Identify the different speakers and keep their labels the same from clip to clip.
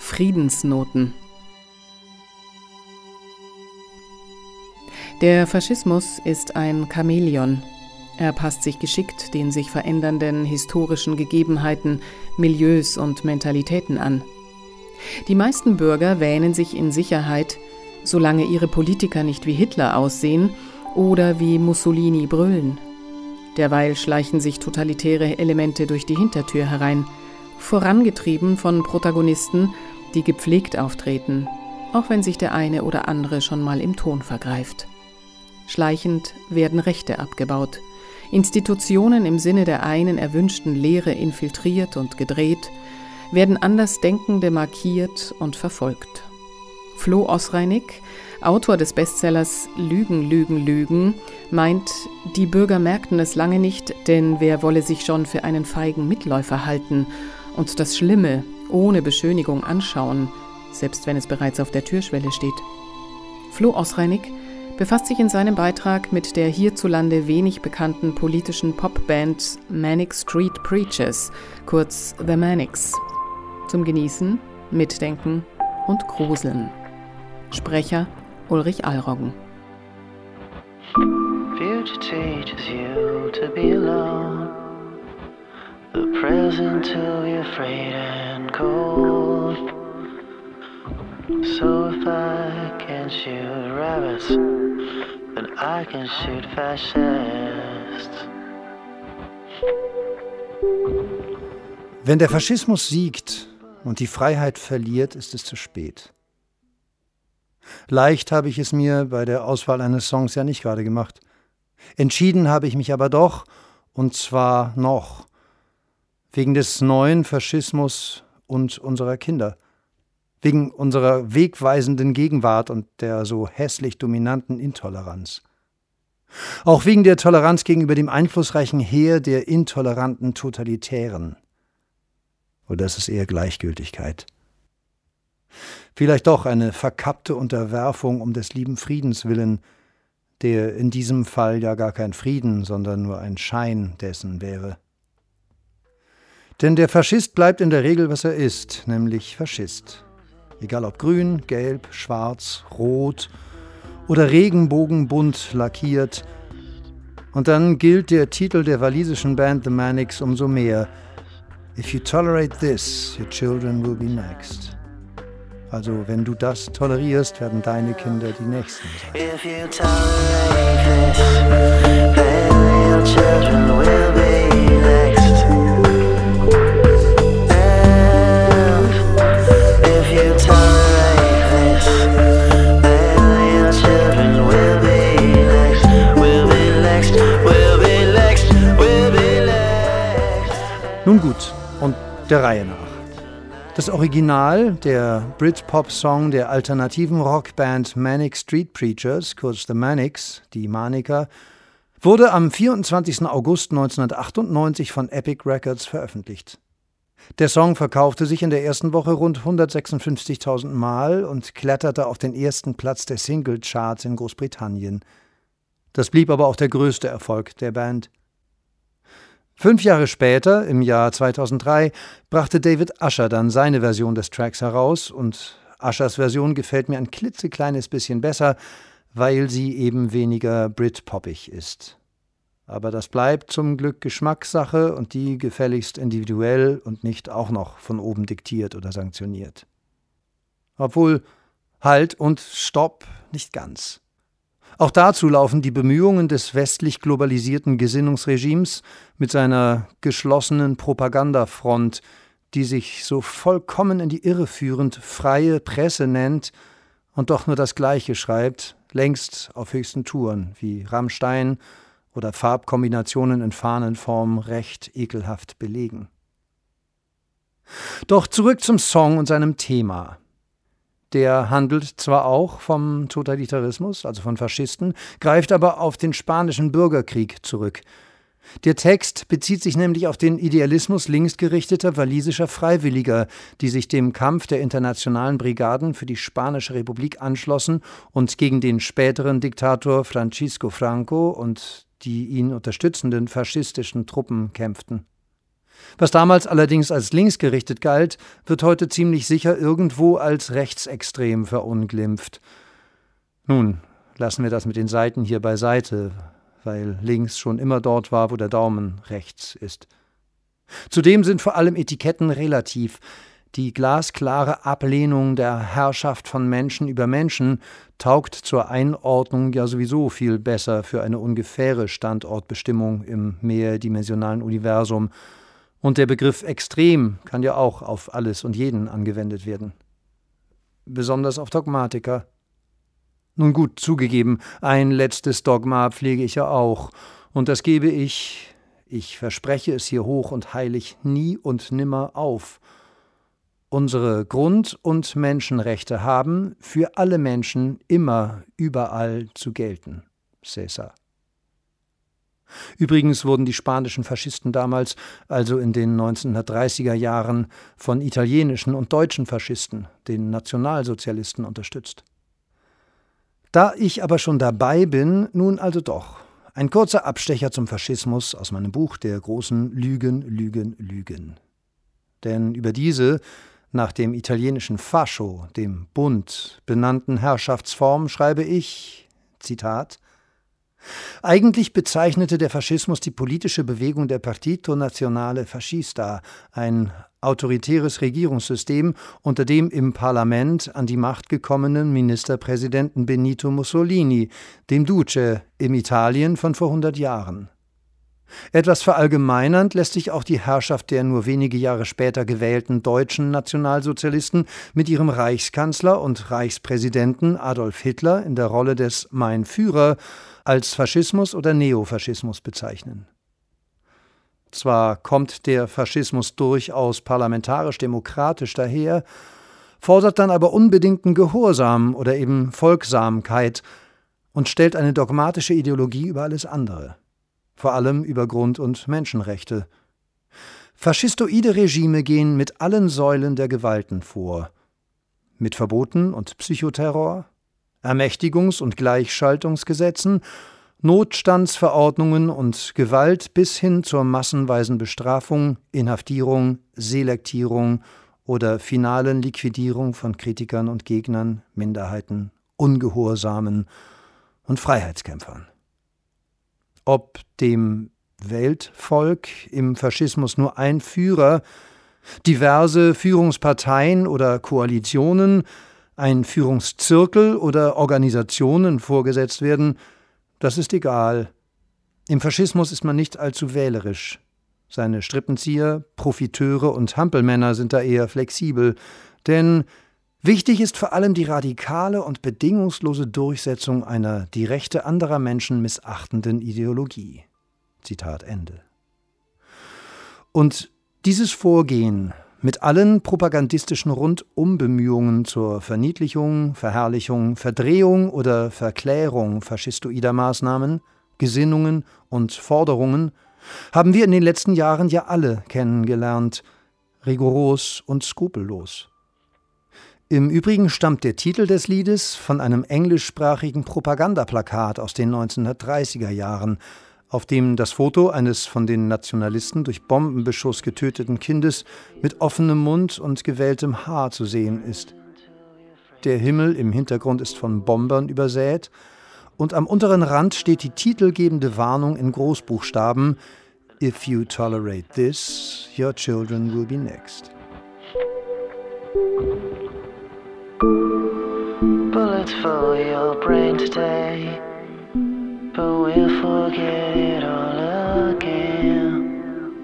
Speaker 1: Friedensnoten. Der Faschismus ist ein Chamäleon. Er passt sich geschickt den sich verändernden historischen Gegebenheiten, Milieus und Mentalitäten an. Die meisten Bürger wähnen sich in Sicherheit, solange ihre Politiker nicht wie Hitler aussehen oder wie Mussolini brüllen. Derweil schleichen sich totalitäre Elemente durch die Hintertür herein, vorangetrieben von Protagonisten, die gepflegt auftreten, auch wenn sich der eine oder andere schon mal im Ton vergreift. Schleichend werden Rechte abgebaut, Institutionen im Sinne der einen erwünschten Lehre infiltriert und gedreht, werden Andersdenkende markiert und verfolgt. Flo Osreinig, Autor des Bestsellers Lügen, Lügen, Lügen, meint, die Bürger merkten es lange nicht, denn wer wolle sich schon für einen feigen Mitläufer halten und das Schlimme ohne Beschönigung anschauen, selbst wenn es bereits auf der Türschwelle steht. Flo Osreinig befasst sich in seinem Beitrag mit der hierzulande wenig bekannten politischen Popband Manic Street Preachers, kurz The Manics. Zum Genießen, Mitdenken und Gruseln. Sprecher Ulrich Alroggen.
Speaker 2: Future teaches you to be alone. The present to be afraid and cold. So if I can shoot rabbits, then I can shoot fascists.
Speaker 3: Wenn der Faschismus siegt und die Freiheit verliert, ist es zu spät. Leicht habe ich es mir bei der Auswahl eines Songs ja nicht gerade gemacht. Entschieden habe ich mich aber doch, und zwar noch, wegen des neuen Faschismus und unserer Kinder. Wegen unserer wegweisenden Gegenwart und der so hässlich dominanten Intoleranz. Auch wegen der Toleranz gegenüber dem einflussreichen Heer der intoleranten Totalitären. Oder ist es eher Gleichgültigkeit? Vielleicht doch eine verkappte Unterwerfung um des lieben Friedens willen, der in diesem Fall ja gar kein Frieden, sondern nur ein Schein dessen wäre. Denn der Faschist bleibt in der Regel, was er ist, nämlich Faschist. Egal ob grün, gelb, schwarz, rot oder regenbogenbunt lackiert. Und dann gilt der Titel der walisischen Band The Manics umso mehr. If you tolerate this, your children will be next. Also wenn du das tolerierst, werden deine Kinder die Nächsten sein.
Speaker 2: If you tolerate this, then your children will be next.
Speaker 3: Nun gut, und der Reihe nach. Das Original, der Britpop-Song der alternativen Rockband Manic Street Preachers, kurz The Manics, die Maniker, wurde am 24. August 1998 von Epic Records veröffentlicht. Der Song verkaufte sich in der ersten Woche rund 156.000 Mal und kletterte auf den ersten Platz der Single-Charts in Großbritannien. Das blieb aber auch der größte Erfolg der Band. 5 Jahre später, im Jahr 2003, brachte David Usher dann seine Version des Tracks heraus und Ushers Version gefällt mir ein klitzekleines bisschen besser, weil sie eben weniger Britpoppig ist. Aber das bleibt zum Glück Geschmackssache und die gefälligst individuell und nicht auch noch von oben diktiert oder sanktioniert. Obwohl Halt und Stopp nicht ganz. Auch dazu laufen die Bemühungen des westlich globalisierten Gesinnungsregimes mit seiner geschlossenen Propagandafront, die sich so vollkommen in die Irre führend freie Presse nennt und doch nur das Gleiche schreibt, längst auf höchsten Touren, wie Rammstein oder Farbkombinationen in Fahnenform recht ekelhaft belegen. Doch zurück zum Song und seinem Thema. Der handelt zwar auch vom Totalitarismus, also von Faschisten, greift aber auf den spanischen Bürgerkrieg zurück. Der Text bezieht sich nämlich auf den Idealismus linksgerichteter walisischer Freiwilliger, die sich dem Kampf der internationalen Brigaden für die Spanische Republik anschlossen und gegen den späteren Diktator Francisco Franco und die ihn unterstützenden faschistischen Truppen kämpften. Was damals allerdings als linksgerichtet galt, wird heute ziemlich sicher irgendwo als rechtsextrem verunglimpft. Nun, lassen wir das mit den Seiten hier beiseite, weil links schon immer dort war, wo der Daumen rechts ist. Zudem sind vor allem Etiketten relativ. Die glasklare Ablehnung der Herrschaft von Menschen über Menschen taugt zur Einordnung ja sowieso viel besser für eine ungefähre Standortbestimmung im mehrdimensionalen Universum. Und der Begriff extrem kann ja auch auf alles und jeden angewendet werden. Besonders auf Dogmatiker. Nun gut, zugegeben, ein letztes Dogma pflege ich ja auch. Und das gebe ich verspreche es hier hoch und heilig, nie und nimmer auf. Unsere Grund- und Menschenrechte haben für alle Menschen immer überall zu gelten. César. Übrigens wurden die spanischen Faschisten damals, also in den 1930er Jahren, von italienischen und deutschen Faschisten, den Nationalsozialisten, unterstützt. Da ich aber schon dabei bin, nun also doch. Ein kurzer Abstecher zum Faschismus aus meinem Buch der großen Lügen, Lügen, Lügen. Denn über diese, nach dem italienischen Fascio, dem Bund, benannten Herrschaftsform schreibe ich, Zitat, eigentlich bezeichnete der Faschismus die politische Bewegung der Partito Nazionale Fascista, ein autoritäres Regierungssystem, unter dem im Parlament an die Macht gekommenen Ministerpräsidenten Benito Mussolini, dem Duce, im Italien von vor 100 Jahren. Etwas verallgemeinernd lässt sich auch die Herrschaft der nur wenige Jahre später gewählten deutschen Nationalsozialisten mit ihrem Reichskanzler und Reichspräsidenten Adolf Hitler in der Rolle des Mein Führer als Faschismus oder Neofaschismus bezeichnen. Zwar kommt der Faschismus durchaus parlamentarisch-demokratisch daher, fordert dann aber unbedingten Gehorsam oder eben Folgsamkeit und stellt eine dogmatische Ideologie über alles andere, vor allem über Grund- und Menschenrechte. Faschistoide Regime gehen mit allen Säulen der Gewalten vor, mit Verboten und Psychoterror, Ermächtigungs- und Gleichschaltungsgesetzen, Notstandsverordnungen und Gewalt bis hin zur massenweisen Bestrafung, Inhaftierung, Selektierung oder finalen Liquidierung von Kritikern und Gegnern, Minderheiten, Ungehorsamen und Freiheitskämpfern. Ob dem Weltvolk im Faschismus nur ein Führer, diverse Führungsparteien oder Koalitionen, ein Führungszirkel oder Organisationen vorgesetzt werden, das ist egal. Im Faschismus ist man nicht allzu wählerisch. Seine Strippenzieher, Profiteure und Hampelmänner sind da eher flexibel, denn wichtig ist vor allem die radikale und bedingungslose Durchsetzung einer die Rechte anderer Menschen missachtenden Ideologie. Zitat Ende. Und dieses Vorgehen mit allen propagandistischen Rundumbemühungen zur Verniedlichung, Verherrlichung, Verdrehung oder Verklärung faschistoider Maßnahmen, Gesinnungen und Forderungen haben wir in den letzten Jahren ja alle kennengelernt, rigoros und skrupellos. Im Übrigen stammt der Titel des Liedes von einem englischsprachigen Propagandaplakat aus den 1930er Jahren, auf dem das Foto eines von den Nationalisten durch Bombenbeschuss getöteten Kindes mit offenem Mund und gewelltem Haar zu sehen ist. Der Himmel im Hintergrund ist von Bombern übersät und am unteren Rand steht die titelgebende Warnung in Großbuchstaben: If you tolerate this, your children will be next.
Speaker 2: Bullets for your brain today, but we'll forget it all again.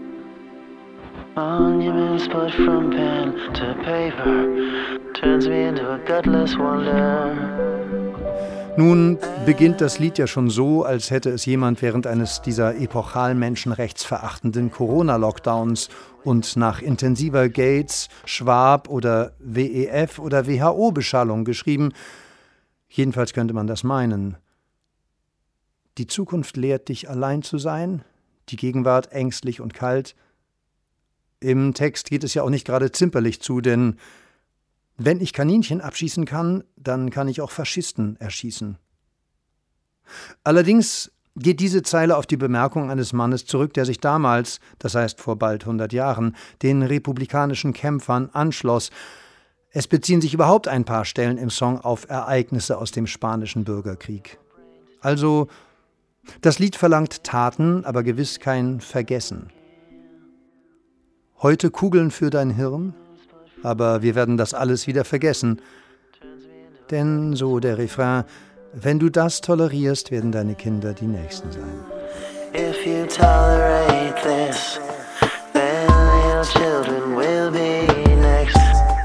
Speaker 2: Monuments put from pen to paper turns me into a gutless wonder.
Speaker 3: Nun beginnt das Lied ja schon so, als hätte es jemand während eines dieser epochal menschenrechtsverachtenden Corona-Lockdowns und nach intensiver Gates-, Schwab- oder WEF- oder WHO-Beschallung geschrieben. Jedenfalls könnte man das meinen. Die Zukunft lehrt dich, allein zu sein, die Gegenwart ängstlich und kalt. Im Text geht es ja auch nicht gerade zimperlich zu, denn wenn ich Kaninchen abschießen kann, dann kann ich auch Faschisten erschießen. Allerdings geht diese Zeile auf die Bemerkung eines Mannes zurück, der sich damals, das heißt vor bald 100 Jahren, den republikanischen Kämpfern anschloss. Es beziehen sich überhaupt ein paar Stellen im Song auf Ereignisse aus dem Spanischen Bürgerkrieg. Also, das Lied verlangt Taten, aber gewiss kein Vergessen. Heute Kugeln für dein Hirn, aber wir werden das alles wieder vergessen. Denn, so der Refrain, wenn du das tolerierst, werden deine Kinder die Nächsten sein.
Speaker 2: If you tolerate this, then your children will be next.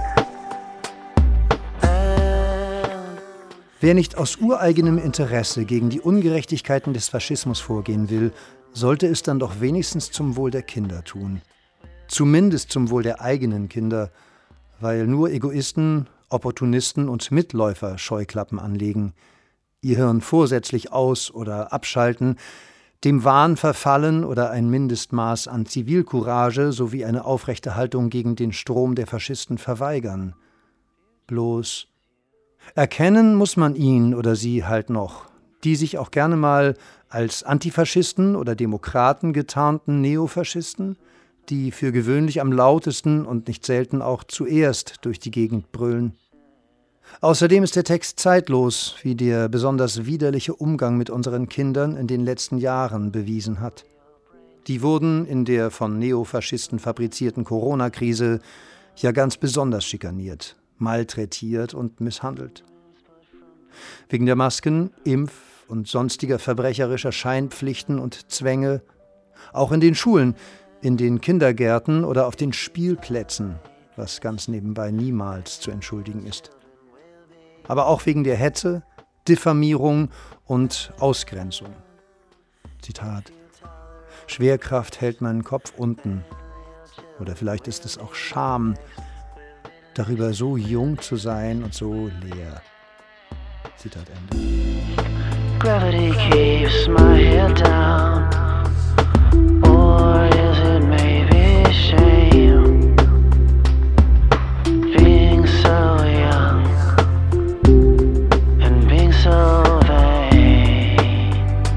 Speaker 3: Wer nicht aus ureigenem Interesse gegen die Ungerechtigkeiten des Faschismus vorgehen will, sollte es dann doch wenigstens zum Wohl der Kinder tun. Zumindest zum Wohl der eigenen Kinder, weil nur Egoisten, Opportunisten und Mitläufer Scheuklappen anlegen, ihr Hirn vorsätzlich aus- oder abschalten, dem Wahn verfallen oder ein Mindestmaß an Zivilcourage sowie eine aufrechte Haltung gegen den Strom der Faschisten verweigern. Bloß erkennen muss man ihn oder sie halt noch, die sich auch gerne mal als Antifaschisten oder Demokraten getarnten Neofaschisten, die für gewöhnlich am lautesten und nicht selten auch zuerst durch die Gegend brüllen. Außerdem ist der Text zeitlos, wie der besonders widerliche Umgang mit unseren Kindern in den letzten Jahren bewiesen hat. Die wurden in der von Neofaschisten fabrizierten Corona-Krise ja ganz besonders schikaniert, malträtiert und misshandelt. Wegen der Masken, Impf- und sonstiger verbrecherischer Scheinpflichten und Zwänge, auch in den Schulen, in den Kindergärten oder auf den Spielplätzen, was ganz nebenbei niemals zu entschuldigen ist. Aber auch wegen der Hetze, Diffamierung und Ausgrenzung. Zitat: Schwerkraft hält meinen Kopf unten. Oder vielleicht ist es auch Scham, darüber so jung zu sein und so leer. Zitat Ende.
Speaker 2: Gravity keeps my head down. Or is it maybe shame? Being so young and being so vain.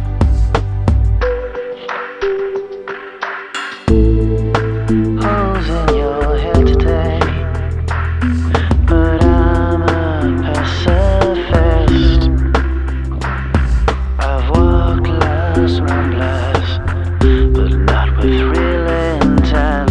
Speaker 2: Holes in your head today, but I'm a pacifist. I've walked less Ramblas, but not with real intent.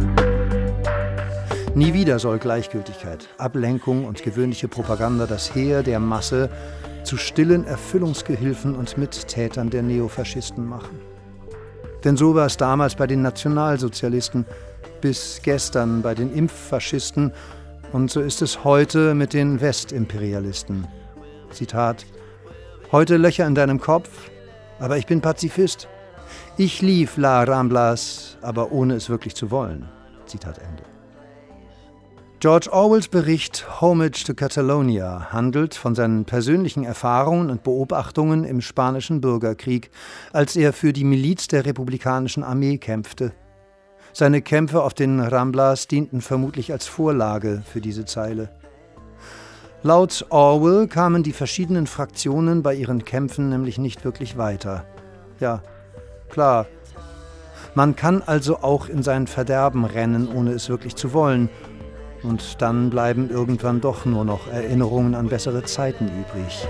Speaker 3: Nie wieder soll Gleichgültigkeit, Ablenkung und gewöhnliche Propaganda das Heer der Masse zu stillen Erfüllungsgehilfen und Mittätern der Neofaschisten machen. Denn so war es damals bei den Nationalsozialisten, bis gestern bei den Impffaschisten und so ist es heute mit den Westimperialisten. Zitat: Heute Löcher in deinem Kopf, aber ich bin Pazifist. Ich lief La Ramblas, aber ohne es wirklich zu wollen. Zitat Ende. George Orwells Bericht Homage to Catalonia handelt von seinen persönlichen Erfahrungen und Beobachtungen im Spanischen Bürgerkrieg, als er für die Miliz der republikanischen Armee kämpfte. Seine Kämpfe auf den Ramblas dienten vermutlich als Vorlage für diese Zeile. Laut Orwell kamen die verschiedenen Fraktionen bei ihren Kämpfen nämlich nicht wirklich weiter. Ja, klar. Man kann also auch in sein Verderben rennen, ohne es wirklich zu wollen. Und dann bleiben irgendwann doch nur noch Erinnerungen an bessere Zeiten übrig.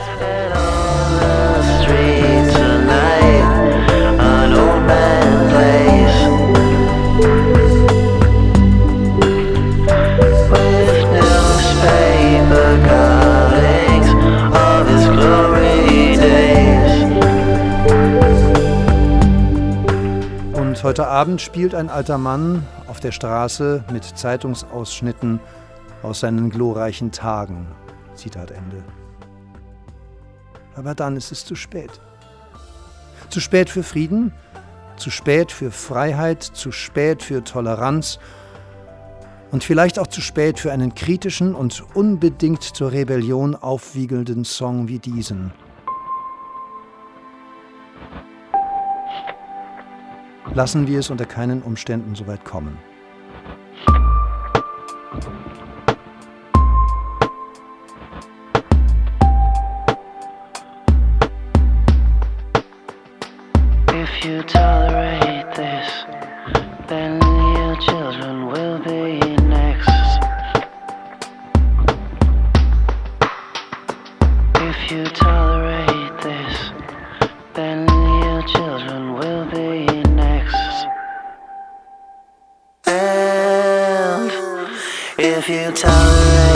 Speaker 3: Und heute Abend spielt ein alter Mann auf der Straße mit Zeitungsausschnitten aus seinen glorreichen Tagen. Zitat Ende. Aber dann ist es zu spät. Zu spät für Frieden, zu spät für Freiheit, zu spät für Toleranz und vielleicht auch zu spät für einen kritischen und unbedingt zur Rebellion aufwiegelnden Song wie diesen. Lassen wir es unter keinen Umständen so weit kommen.
Speaker 2: if you tolerate